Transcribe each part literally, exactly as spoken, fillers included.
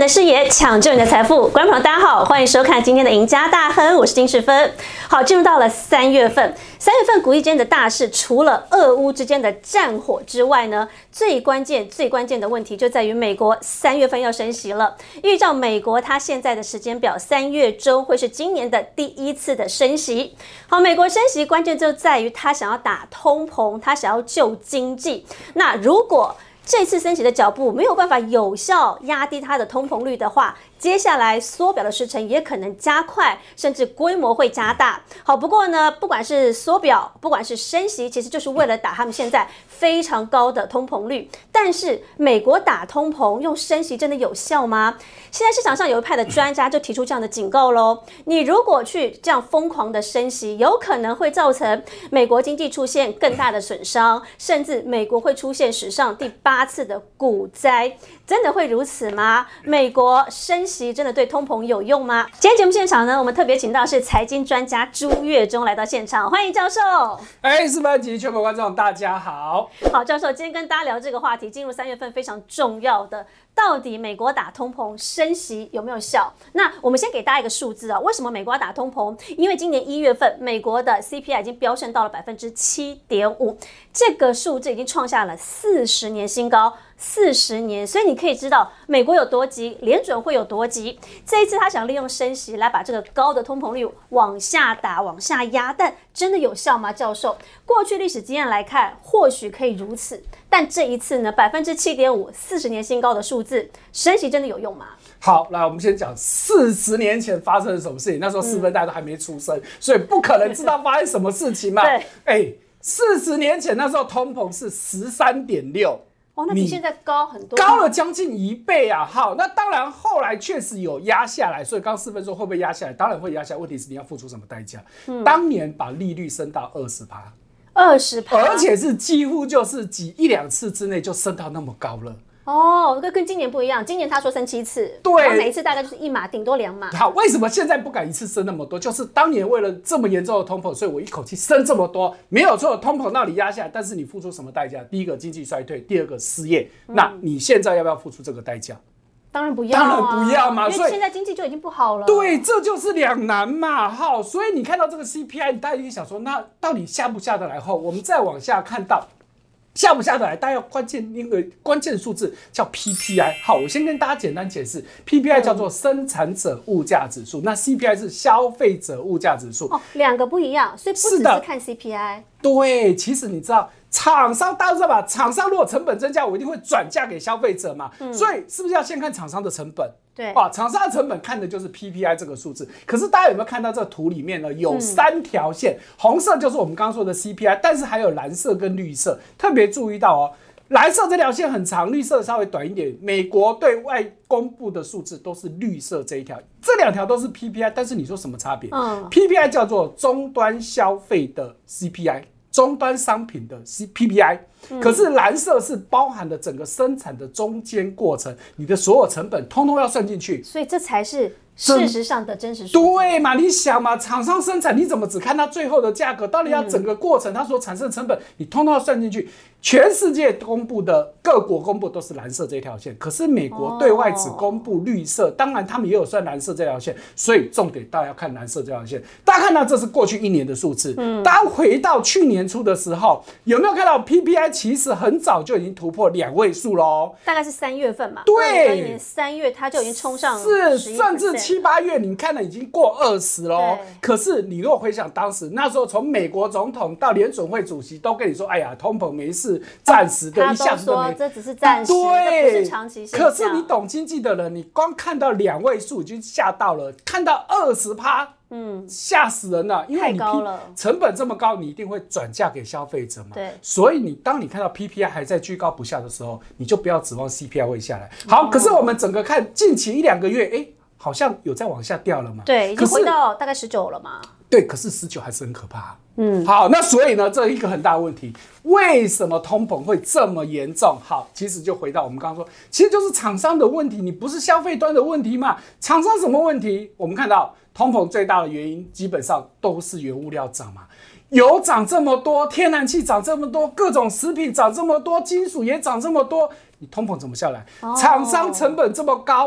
视野，抢救你的财富。观众朋友，大家好，欢迎收看今天的赢家大亨，我是金世芬。好，进入到了三月份，三月份国际间的大事，除了俄乌之间的战火之外呢，最关键、最关键的问题就在于美国三月份要升息了。依照美国它现在的时间表，三月中会是今年的第一次的升息。好，美国升息关键就在于它想要打通膨，它想要救经济。那如果这次升息的脚步没有办法有效压低它的通膨率的话，接下来缩表的时程也可能加快，甚至规模会加大。好，不过呢，不管是缩表，不管是升息，其实就是为了打他们现在非常高的通膨率。但是美国打通膨用升息真的有效吗？现在市场上有一派的专家就提出这样的警告咯，你如果去这样疯狂的升息，有可能会造成美国经济出现更大的损伤，甚至美国会出现史上第八次的股灾。真的会如此吗？美国升息真的对通膨有用吗？今天节目现场呢，我们特别请到是财经专家朱岳忠来到现场，欢迎教授。 哎，四分及全国观众大家好。 好，教授，今天跟大家聊这个话题，进入三月份非常重要的，到底美国打通膨升息有没有效？那我们先给大家一个数字啊，为什么美国要打通膨？因为今年一月份美国的 C P I 已经飙升到了百分之七点五，这个数字已经创下了四十年新高。四十年，所以你可以知道美国有多急，联准会有多急。这一次他想利用升息来把这个高的通膨率往下打、往下压，但真的有效吗？教授，过去历史经验来看，或许可以如此，但这一次呢，百分之七点五，四十年新高的数字，升息真的有用吗？ 好，来我们先讲四十年前发生了什么事情。那时候四分大家都还没出生，嗯、所以不可能知道发生什么事情嘛。 对， 哎，四十年前那时候通膨是十三点六。 哦，那比现在高很多， 高了将近一倍啊！好，那当然后来确实有压下来，所以刚四分说会不会压下来？当然会压下来，问题是你要付出什么代价？嗯、当年把利率升到二十趴， 二十趴， 而且是几乎就是几一两次之内就升到那么高了。 哦，跟跟今年不一样，今年他说升七次， 对， 每一次大概就是一码，顶多两码。 好，为什么现在不敢一次升那么多？就是当年为了这么严重的通膨，所以我一口气升这么多，没有错，通膨让你压下来，但是你付出什么代价？第一个经济衰退，第二个失业。嗯、那你现在要不要付出这个代价？ 当然不要、啊， 当然不要嘛， 因为现在经济就已经不好了。 对，这就是两难嘛。好，所以你看到这个 C P I， 大家一定想说，那到底下不下得来？后，我们再往下看到。下不下得来？大家要关键一个关键数字叫 P P I。好，我先跟大家简单解释 ，P P I 叫做生产者物价指数，嗯、那 C P I 是消费者物价指数。 哦，两个不一样，所以不只是看 C P I。 对，其实你知道，厂商大家知道吧？厂商如果成本增加，我一定会转嫁给消费者嘛。嗯、所以是不是要先看厂商的成本？ 对， 啊，厂商的成本看的就是 P P I 这个数字。可是大家有没有看到这个图里面呢？有三条线，嗯、红色就是我们刚刚说的 C P I， 但是还有蓝色跟绿色。特别注意到哦，蓝色这条线很长，绿色稍微短一点。美国对外公布的数字都是绿色这一条，这两条都是 P P I， 但是你说什么差别？嗯 ，P P I 叫做终端消费的 C P I。终端商品的 P P I，、嗯、可是蓝色是包含了整个生产的中间过程，你的所有成本通通要算进去， 所以这才是事实上的真实数字。 对嘛？你想嘛，厂商生产你怎么只看到最后的价格？到底要整个过程它所产生的成本，你通通要算进去。全世界公布的各国公布都是蓝色这条线，可是美国对外只公布绿色，哦、当然他们也有算蓝色这条线，所以重点大家要看蓝色这条线。大家看到这是过去一年的数字，嗯，大家回到去年初的时候，有没有看到 P P I 其实很早就已经突破两位数喽？ 大概是三月份嘛， 对， 一年三月它就已经冲上是，甚至七八月你看了已经过二十喽。可是你如果回想当时那时候，从美国总统到联准会主席都跟你说，哎呀，通膨没事。暂时的，一下子都没， 这只是暂时， 对， 这不是长期现象。 可是你懂经济的人，你光看到两位数已经吓到了，看到二十趴，嗯，吓死人了，因为你成本这么高，你一定会转嫁给消费者嘛。 对， 所以你当你看到 P P I 还在居高不下的时候，你就不要指望 C P I 会下来。好，嗯、可是我们整个看近期一两个月，哎，好像有在往下掉了嘛。 对，已经回到大概十九了嘛。 对，可是十九还是很可怕。嗯，好，那所以呢，这一个很大的问题，为什么通膨会这么严重？好，其实就回到我们刚刚说，其实就是厂商的问题，你不是消费端的问题嘛？厂商什么问题？我们看到通膨最大的原因，基本上都是原物料涨嘛。油涨这么多，天然气涨这么多，各种食品涨这么多，金属也涨这么多，你通膨怎么下来？厂、哦、商成本这么高。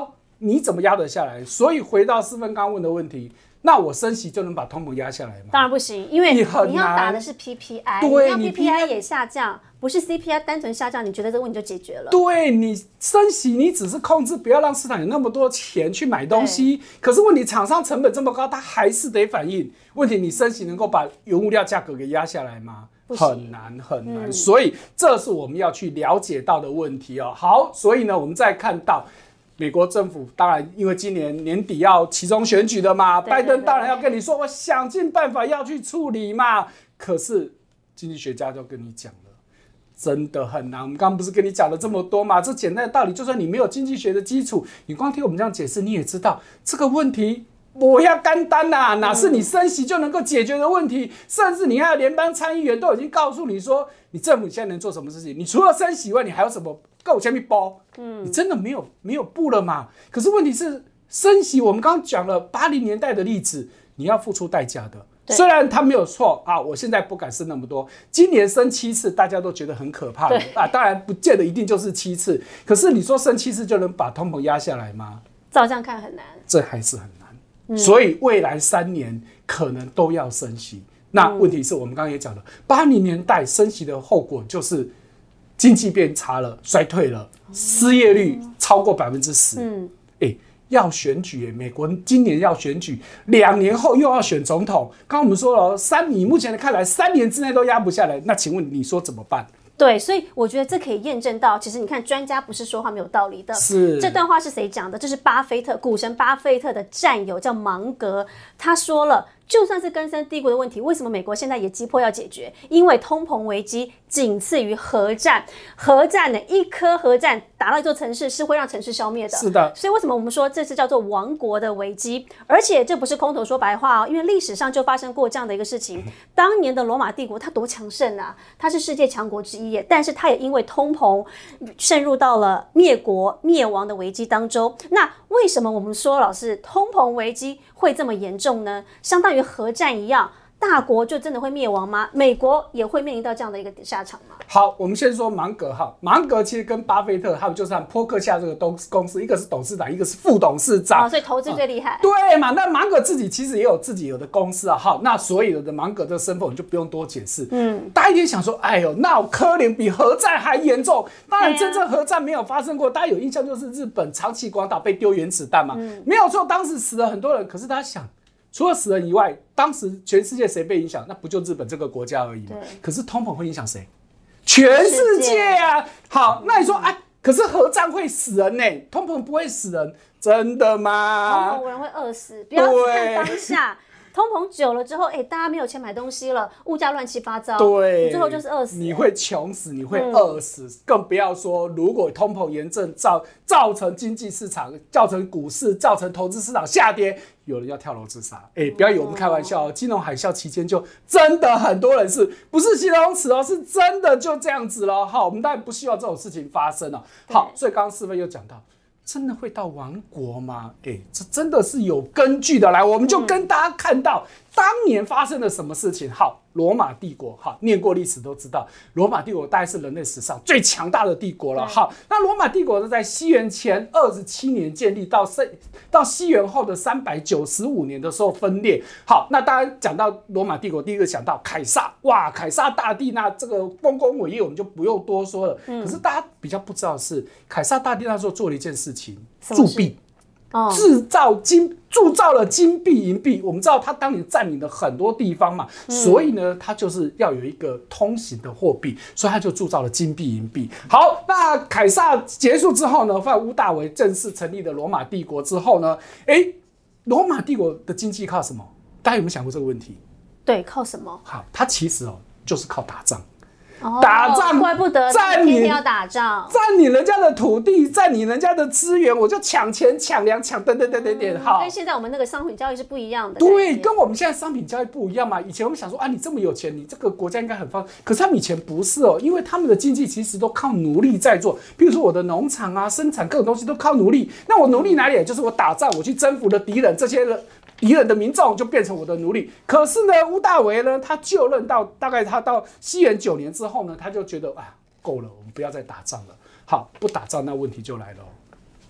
你怎么压得下来？所以回到思芬刚问的问题，那我升息就能把通膨压下来吗？ 当然不行，因为你你要打的是 P P I， 对， 你要 P P I 也下降，不是 C P I 单纯下降，你觉得这个问题就解决了？ 对，你升息，你只是控制不要让市场有那么多钱去买东西，可是问题厂商成本这么高，它还是得反应。问题你升息能够把原物料价格给压下来吗？很难很难、嗯，所以这是我们要去了解到的问题哦。好，所以呢，我们再看到美国政府，当然因为今年年底要期中选举的嘛，拜登当然要跟你说，我想尽办法要去处理嘛。可是经济学家就跟你讲了，真的很难。我们刚刚不是跟你讲了这么多嘛？这简单的道理，就算你没有经济学的基础，你光听我们这样解释，你也知道这个问题。我要干单呐，哪是你升息就能够解决的问题？嗯、甚至你看联邦参议员都已经告诉你说，你政府现在能做什么事情？你除了升息以外，你还有什么够前面包？嗯，你真的没有没有布了嘛？可是问题是，升息我们刚刚讲了八零年代的例子，你要付出代价的。虽然他没有错啊，我现在不敢升那么多。今年升七次，大家都觉得很可怕啊。当然不见得一定就是七次，可是你说升七次就能把通膨压下来吗？ 照这样看很难， 这还是很难。所以未来三年可能都要升息。那问题是我们刚刚也讲了，八零年代升息的后果就是经济变差了，衰退了，失业率超过百分之十。嗯，哎，要选举，美国今年要选举，两年后又要选总统。刚刚我们说了，三你目前的看来，三年之内都压不下来，那请问你说怎么办？ 对，所以我觉得这可以验证到，其实你看专家不是说话没有道理的。 是这段话是谁讲的？这是巴菲特，股神巴菲特的战友叫芒格，他说了。就算是根深蒂固的问题，为什么美国现在也急迫要解决？因为通膨危机仅次于核战，核战呢，一颗核战打到一座城市是会让城市消灭的。 是的， 所以为什么我们说这是叫做亡国的危机？而且这不是空头说白话哦，因为历史上就发生过这样的一个事情。当年的罗马帝国它多强盛啊，它是世界强国之一耶，但是它也因为通膨渗入到了灭国灭亡的危机当中。那为什么我们说老师通膨危机会这么严重呢？相当于核战一样，大国就真的会灭亡吗？美国也会面临到这样的一个下场吗？ 好，我们先说芒格哈，芒格其实跟巴菲特他们就是波克夏这个公司，一个是董事长，一个是副董事长， 哦，所以投资最厉害。 嗯、对嘛？那芒格自己其实也有自己有的公司啊，好，那所有的芒格这个身份我们就不用多解释。嗯，大家一定想说，哎呦，那科林比核战还严重。当然，真正核战没有发生过，大家有印象就是日本长崎广岛被丢原子弹嘛，嗯、没有错，当时死了很多人，可是大家想。除了死人以外，当时全世界谁被影响？那不就日本这个国家而已吗？可是通膨会影响谁？全世界啊！好，那你说，哎，可是核战会死人呢、欸，通膨不会死人，真的吗？ 通膨人会饿死，不要只看当下。通膨久了之后，哎、欸，大家没有钱买东西了，物价乱七八糟， 对， 最后就是饿死、欸。 你会穷死，你会饿死，嗯、更不要说如果通膨严重造造成经济市场、造成股市、造成投资市场下跌，有人要跳楼自杀。哎、欸，不要以为我们开玩笑、哦，金融海啸期间就真的很多人是不是形容词哦，是真的就这样子了。好，我们当然不希望这种事情发生哦。好，所以刚刚四位又讲到。真的会到亡国吗？哎，这真的是有根据的。来，我们就跟大家看到、嗯、当年发生了什么事情。好，罗马帝国，好，念过历史都知道，罗马帝国大概是人类史上最强大的帝国了。好，那罗马帝国呢，在西元前二十七年建立，到到西元后的三百九十五年的时候分裂。好，那大家讲到罗马帝国，第一个想到凯撒，哇，凯撒大帝，那这个丰功伟业我们就不用多说了。嗯、可是大家比较不知道的是，凯撒大帝那时候做了一件事情，铸币。制造金铸造了金币银币，我们知道他当年占领了很多地方嘛，嗯、所以呢，他就是要有一个通行的货币，所以他就铸造了金币银币。好，那凯撒结束之后呢，在屋大维正式成立了罗马帝国之后呢，哎，罗马帝国的经济靠什么？大家有没有想过这个问题？ 对，靠什么？ 好，它其实哦，就是靠打仗。 哦、 打仗， 怪不得占天天要打仗， 占领人家的土地，占领人家的资源，我就抢钱、抢粮、抢等等等等等。好， 跟现在我们那个商品交易是不一样的。 对，跟我们现在商品交易不一样嘛。以前我们想说啊，你这么有钱，你这个国家应该很方便。可是他们以前不是哦，因为他们的经济其实都靠奴隶在做。比如说我的农场啊，生产各种东西都靠奴隶。那我奴隶哪里？就是我打仗，我去征服了敌人，这些人。敌人的民众就变成我的奴隶。可是呢，屋大维呢，他就任到大概他到西元九年之后呢，他就觉得啊，够了，我们不要再打仗了。好，不打仗，那问题就来了。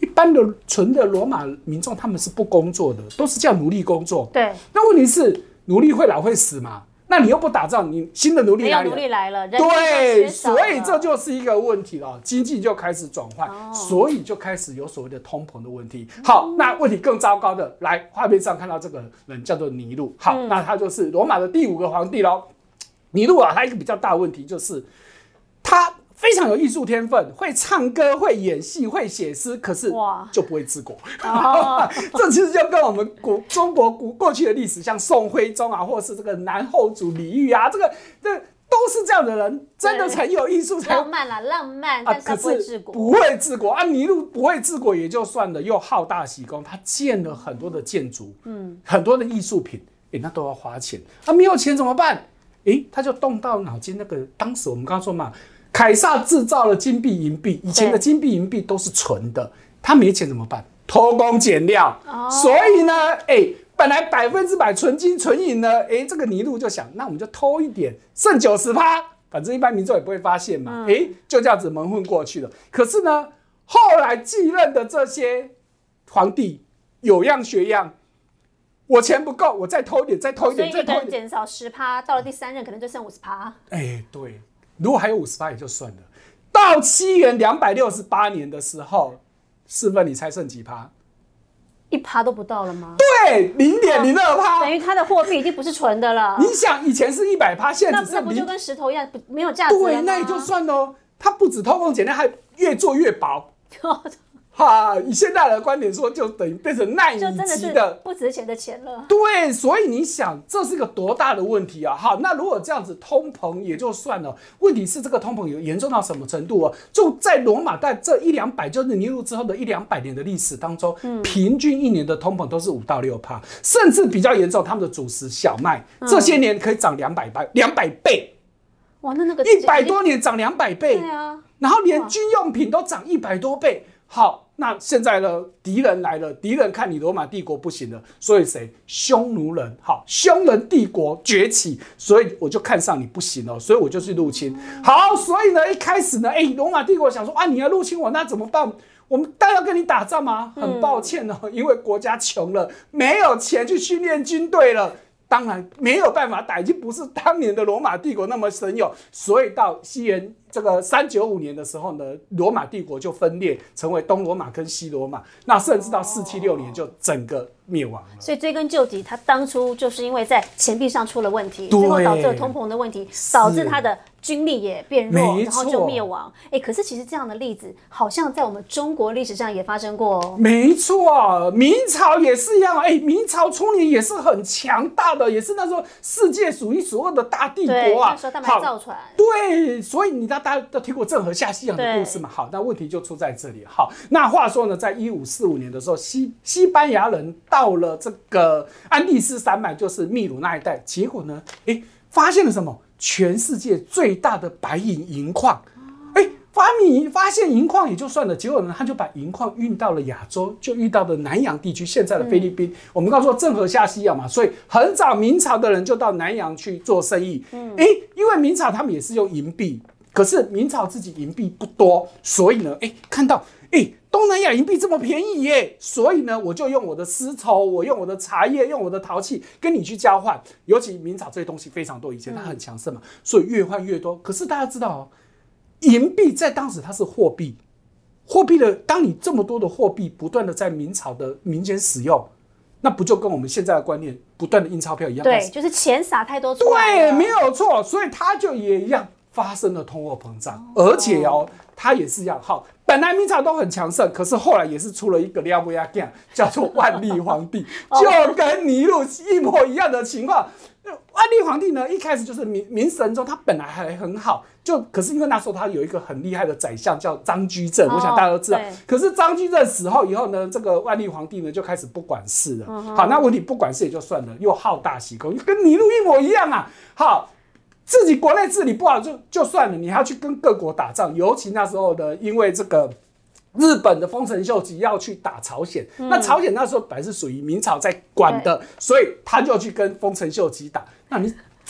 一般的纯的罗马民众他们是不工作的，都是叫奴隶工作。 对。 那问题是奴隶会老会死嘛？那你又不打仗，你新的奴隶哪里？ 没有奴隶来了， 对，所以这就是一个问题了，经济就开始转换，哦、所以就开始有所谓的通膨的问题。好，嗯、那问题更糟糕的，来画面上看到这个人叫做尼禄，好，嗯、那他就是罗马的第五个皇帝喽。尼禄啊，他一个比较大的问题就是他非常有艺术天分，会唱歌，会演戏，会写诗，可是就不会治国。哦、这其实就跟我们古中国古过去的历史，像宋徽宗啊，或是这个南后主李煜啊，这个这都是这样的人，真的很有艺术， 浪漫啦，浪漫，但是他不会治国， 不会治国啊。尼禄不会治国也就算了，又好大喜功，他建了很多的建筑，嗯，很多的艺术品，哎，那都要花钱，啊，没有钱怎么办？哎，他就动到脑筋，那个当时我们刚刚说嘛。凯撒制造了金币、银币，以前的金币、银币都是纯的，他没钱怎么办？偷工减料。哦、所以呢，哎、欸，本来百分之百纯金纯银呢，哎、欸，这个尼禄就想，那我们就偷一点，剩九十趴，反正一般民众也不会发现嘛，哎、嗯欸，就这样子蒙混过去了。可是呢，后来继任的这些皇帝有样学样。我钱不够，我再偷一点，再偷一点， 所以一个人减少十趴，到了第三任可能就剩五十趴。 哎，对。如果还有五十趴也就算了，到西元两百六十八年的时候，试问你猜剩几趴？ 一趴都不到了吗？ 对，零点零二趴， 等于它的货币已经不是纯的了。 你想，以前是一百趴，现在只剩那不就跟石头一样，没有价值了吗？ 对，那也就算了。它不止偷工减料，还越做越薄。哈，以现在的观点说，就等于变成奈米级的， 就真的是不值钱的钱了。 对，所以你想，这是个多大的问题啊！好，那如果这样子通膨也就算了，问题是这个通膨有严重到什么程度啊？就在罗马在这一两百，就是尼禄之后的一两百年的历史当中，嗯、平均一年的通膨都是五到六趴，甚至比较严重，他们的主食小麦、嗯、这些年可以涨两百倍，两百倍。 哇，那那个一百多年涨两百倍， 对啊， 然后连军用品都涨一百多倍。好，那现在呢？敌人来了，敌人看你罗马帝国不行了，所以谁？匈奴人，好，匈人帝国崛起，所以我就看上你不行了，所以我就去入侵。好，所以呢，一开始呢，哎、欸，罗马帝国想说啊，你要入侵我，那怎么办？我们当然要跟你打仗吗？很抱歉哦，因为国家穷了，没有钱去训练军队了。当然没有办法打，已经不是当年的罗马帝国那么神勇，所以到西元这个三九五年的时候呢，罗马帝国就分裂成为东罗马跟西罗马，那甚至到四七六年就整个灭亡了。 所以追根究底，他当初就是因为在钱币上出了问题，最后导致了通膨的问题，导致他的军力也变弱，然后就灭亡。哎，可是其实这样的例子好像在我们中国历史上也发生过哦。 没错，明朝也是一样。哎，明朝初年也是很强大的，也是那时候世界数一数二的大帝国啊。 那时候他们还造船。 对，所以你大家都听过郑和下西洋的故事嘛？好，那问题就出在这里。好，那话说呢，在一五四五年的时候，西西班牙人到了这个安第斯山脉，就是秘鲁那一带，结果呢，哎，发现了什么？全世界最大的白银银矿。哎，发明发现银矿也就算了，结果呢，他就把银矿运到了亚洲，就运到了南洋地区，现在的菲律宾。嗯、我们刚刚说郑和下西洋嘛，所以很早明朝的人就到南洋去做生意。嗯，哎，因为明朝他们也是用银币，可是明朝自己银币不多，所以呢，哎，看到哎东南亚银币这么便宜耶，所以呢，我就用我的丝绸，我用我的茶叶，用我的陶器跟你去交换。尤其明朝这些东西非常多，以前它很强盛嘛，嗯、所以越换越多。可是大家知道哦。银币在当时它是货币，货币的，当你这么多的货币不断的在明朝的民间使用，那不就跟我们现在的观念不断的印钞票一样？ 对，就是钱撒太多出来了。对，没有错，所以它就也一样发生了通货膨胀，哦、而且哦，它也是一样。好，本来明朝都很强盛，可是后来也是出了一个了不亚干，叫做万历皇帝，就跟尼禄一模一样的情况。万历皇帝呢，一开始就是明明神宗，他本来还很好，就可是因为那时候他有一个很厉害的宰相叫张居正，哦、我想大家都知道。可是张居正死后以后呢，这个万历皇帝呢就开始不管事了。嗯、好，那问题不管事也就算了，又好大喜功，跟尼禄一模一样啊。好，自己国内治理不好就就算了，你还要去跟各国打仗，尤其那时候呢，因为这个。日本的丰臣秀吉要去打朝鲜，嗯、那朝鲜那时候本来是属于明朝在管的，所以他就去跟丰臣秀吉打。那你这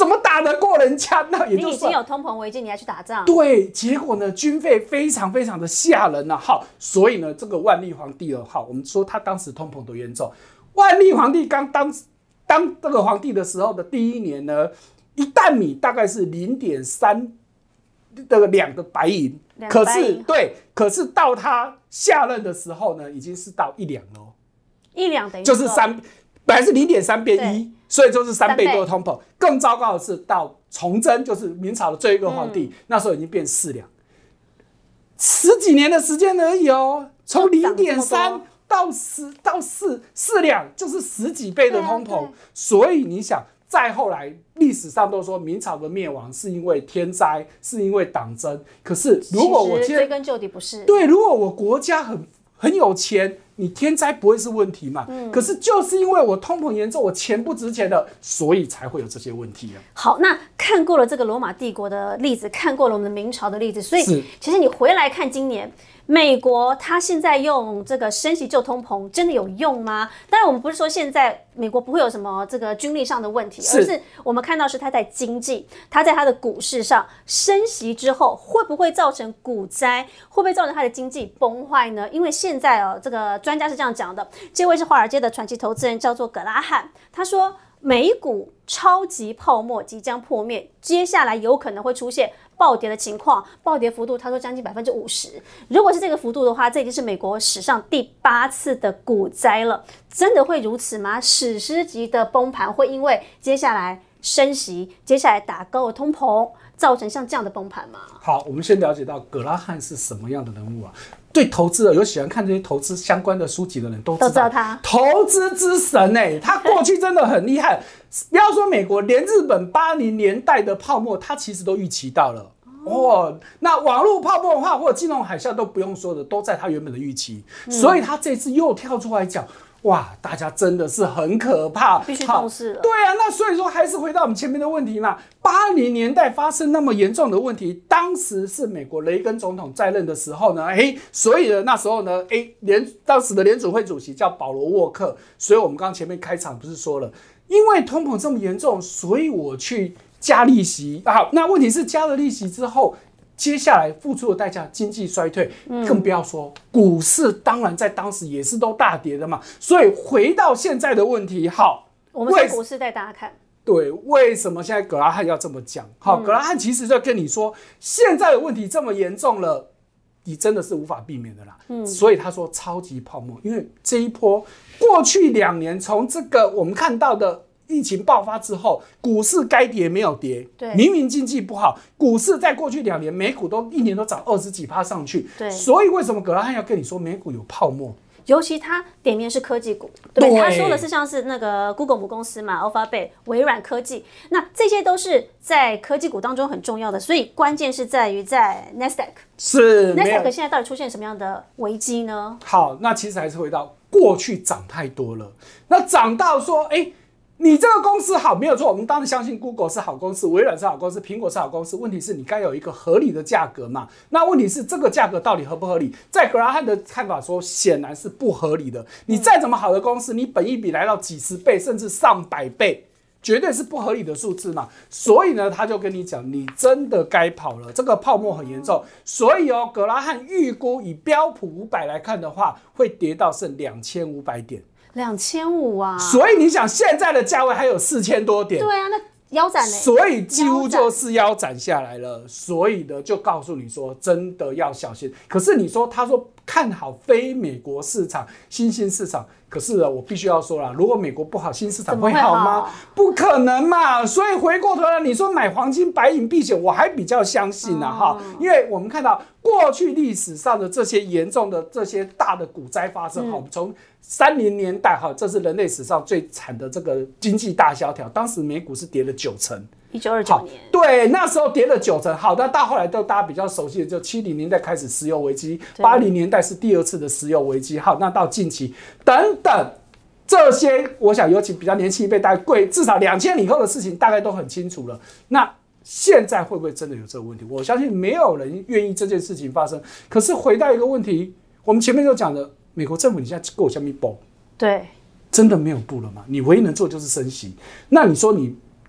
怎么打得过人家？那也就你已经有通膨危机，你还去打仗？ 对，结果呢，军费非常非常的吓人啊。好，所以呢，这个万历皇帝二号，我们说他当时通膨多严重。万历皇帝刚当当这个皇帝的时候的第一年呢，一担米大概是零点三这个两个白银，可是对，可是到他下任的时候呢，已经是到一两了。 一两等于就是三，本来是零点三变一，所以就是三倍多的通膨。更糟糕的是，到崇祯就是明朝的最后一个皇帝，嗯、那时候已经变四两，十几年的时间而已哦，从零点三到十到四四两，就是十几倍的通膨。所以你想，再后来历史上都说明朝的灭亡是因为天灾，是因为党争。可是如果我今天追根究底不是对，如果我国家很很有钱。你天灾不会是问题嘛？嗯、可是就是因为我通膨严重，我钱不值钱了，所以才会有这些问题啊。 好，那看过了这个罗马帝国的例子，看过了我们的明朝的例子，所以其实你回来看今年美国，它现在用这个升息救通膨，真的有用吗？当然，我们不是说现在美国不会有什么这个军力上的问题，而是我们看到是它在经济，它在它的股市上升息之后，会不会造成股灾？会不会造成它的经济崩坏呢？因为现在哦，这个专家是这样讲的，这位是华尔街的传奇投资人，叫做葛拉汉，他说美股超级泡沫即将破灭，接下来有可能会出现暴跌的情况，暴跌幅度他说将近百分之五十。如果是这个幅度的话，这已经是美国史上第八次的股灾了。真的会如此吗？史诗级的崩盘会因为接下来升息，接下来打高的通膨，造成像这样的崩盘吗？ 好，我们先了解到葛拉汉是什么样的人物啊？对投资者有喜欢看这些投资相关的书籍的人都知道， 都知道他投资之神哎、欸，他过去真的很厉害。不要说美国，连日本八零年代的泡沫，他其实都预期到了。哦，那网络泡沫的话，或者金融海啸都不用说的，都在他原本的预期，嗯、所以他这次又跳出来讲。哇，大家真的是很可怕， 必须重视了。 对啊，那所以说还是回到我们前面的问题嘛。八零年代发生那么严重的问题，当时是美国雷根总统在任的时候呢，哎，所以呢那时候呢，哎，联当时的联储会主席叫保罗沃克，所以我们刚刚前面开场不是说了，因为通膨这么严重，所以我去加利息啊。那问题是加了利息之后。接下来付出的代价，经济衰退，更不要说股市，当然在当时也是都大跌的嘛。所以回到现在的问题，好， 我们从股市带大家看， 对，为什么现在葛拉汉要这么讲？好，葛拉汉其实就跟你说，现在的问题这么严重了，你真的是无法避免的啦。嗯，所以他说超级泡沫，因为这一波过去两年，从这个我们看到的。疫情爆发之后，股市该跌没有跌， 对， 明明经济不好，股市在过去两年美股都一年都涨二十几趴上去， 对， 所以为什么葛拉汉要跟你说美股有泡沫？ 尤其他点名是科技股，对不对？他说的是像是那个 Google 母公司嘛 ，Alphabet、微软科技，那这些都是在科技股当中很重要的，所以关键是在于在 Nasdaq， 是 Nasdaq 现在到底出现什么样的危机呢？ 好，那其实还是回到过去涨太多了，那涨到说，哎、欸。你这个公司好没有错，我们当然相信 Google 是好公司，微软是好公司，苹果是好公司。问题是你该有一个合理的价格嘛？那问题是这个价格到底合不合理？在格拉汉的看法说，显然是不合理的。你再怎么好的公司，你本益比来到几十倍甚至上百倍，绝对是不合理的数字嘛。所以呢，他就跟你讲，你真的该跑了，这个泡沫很严重。所以哦，格拉汉预估以标普五百来看的话，会跌到剩两千五百点。 两千五啊！ 所以你想，现在的价位还有四千多点， 对啊，那腰斩嘞， 所以几乎就是腰斩下来了。所以呢，就告诉你说，真的要小心。可是你说，他说看好非美国市场、新兴市场，可是呢，我必须要说啦，如果美国不好，新市场会好吗？不可能嘛！所以回过头来，你说买黄金、白银避险，我还比较相信啊哈、嗯，因为我们看到过去历史上的这些严重的、这些大的股灾发生，哈、嗯，从三零年代哈，这是人类史上最惨的这个经济大萧条，当时美股是跌了九成。 一九二九年， 对，那时候跌了九成。好，那到后来都大家比较熟悉的，就七零年代开始石油危机，八零年代是第二次的石油危机。好，那到近期等等这些，我想尤其比较年轻一辈，大概贵至少两千年以后的事情，大概都很清楚了。那现在会不会真的有这个问题？我相信没有人愿意这件事情发生。可是回到一个问题，我们前面就讲的，美国政府你现在给我下面补， 对， 真的没有补了吗？你唯一能做就是升息。那你说你。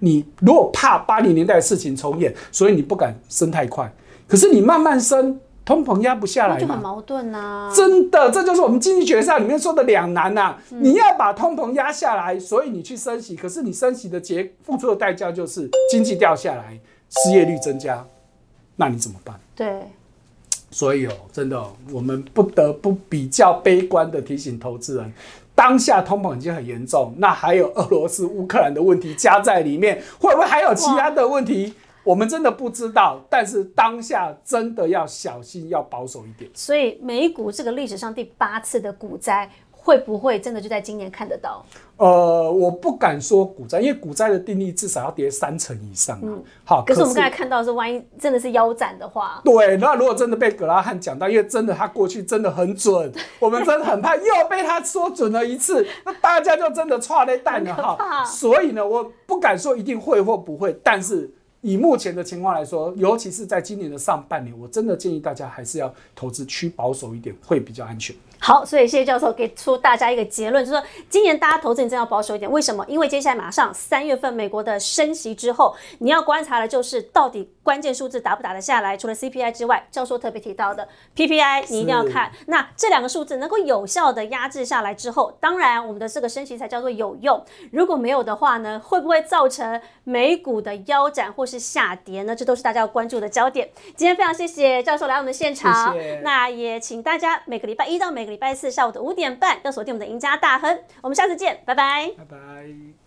你如果怕八零年代的事情重演，所以你不敢升太快。可是你慢慢升，通膨压不下来嘛， 那就很矛盾啊。 真的，这就是我们经济学上里面说的两难呐、啊嗯。你要把通膨压下来，所以你去升息，可是你升息的结付出的代价就是经济掉下来，失业率增加，那你怎么办？ 对。 所以哦，真的、哦，我们不得不比较悲观的提醒投资人，当下通膨已经很严重，那还有俄罗斯、乌克兰的问题加在里面，会不会还有其他的问题？我们真的不知道，但是当下真的要小心，要保守一点。 所以美股这个历史上第八次的股灾，会不会真的就在今年看得到？ 呃，我不敢说股灾，因为股灾的定义至少要跌三成以上、啊。嗯，好。 可是我们刚才看到的是，万一真的是腰斩的话， 对，那如果真的被葛拉汉讲到，因为真的他过去真的很准，我们真的很怕又被他说准了一次，那大家就真的剉咧蛋了哈。所以呢，我不敢说一定会或不会，但是以目前的情况来说，尤其是在今年的上半年，我真的建议大家还是要投资趋保守一点，会比较安全。 好，所以谢谢教授给出大家一个结论，就是说今年大家投资你真的要保守一点。为什么？因为接下来马上三月份美国的升息之后，你要观察的就是到底关键数字打不打得下来。除了 C P I 之外，教授特别提到的 P P I 你一定要看。那这两个数字能够有效的压制下来之后，当然我们的这个升息才叫做有用。如果没有的话呢，会不会造成美股的腰斩或是下跌呢？这都是大家要关注的焦点。今天非常谢谢教授来我们的现场， 谢谢。 那也请大家每个礼拜一到每个礼拜四下午的五点半要锁定我们的赢家大亨。我们下次见，拜拜， 拜拜。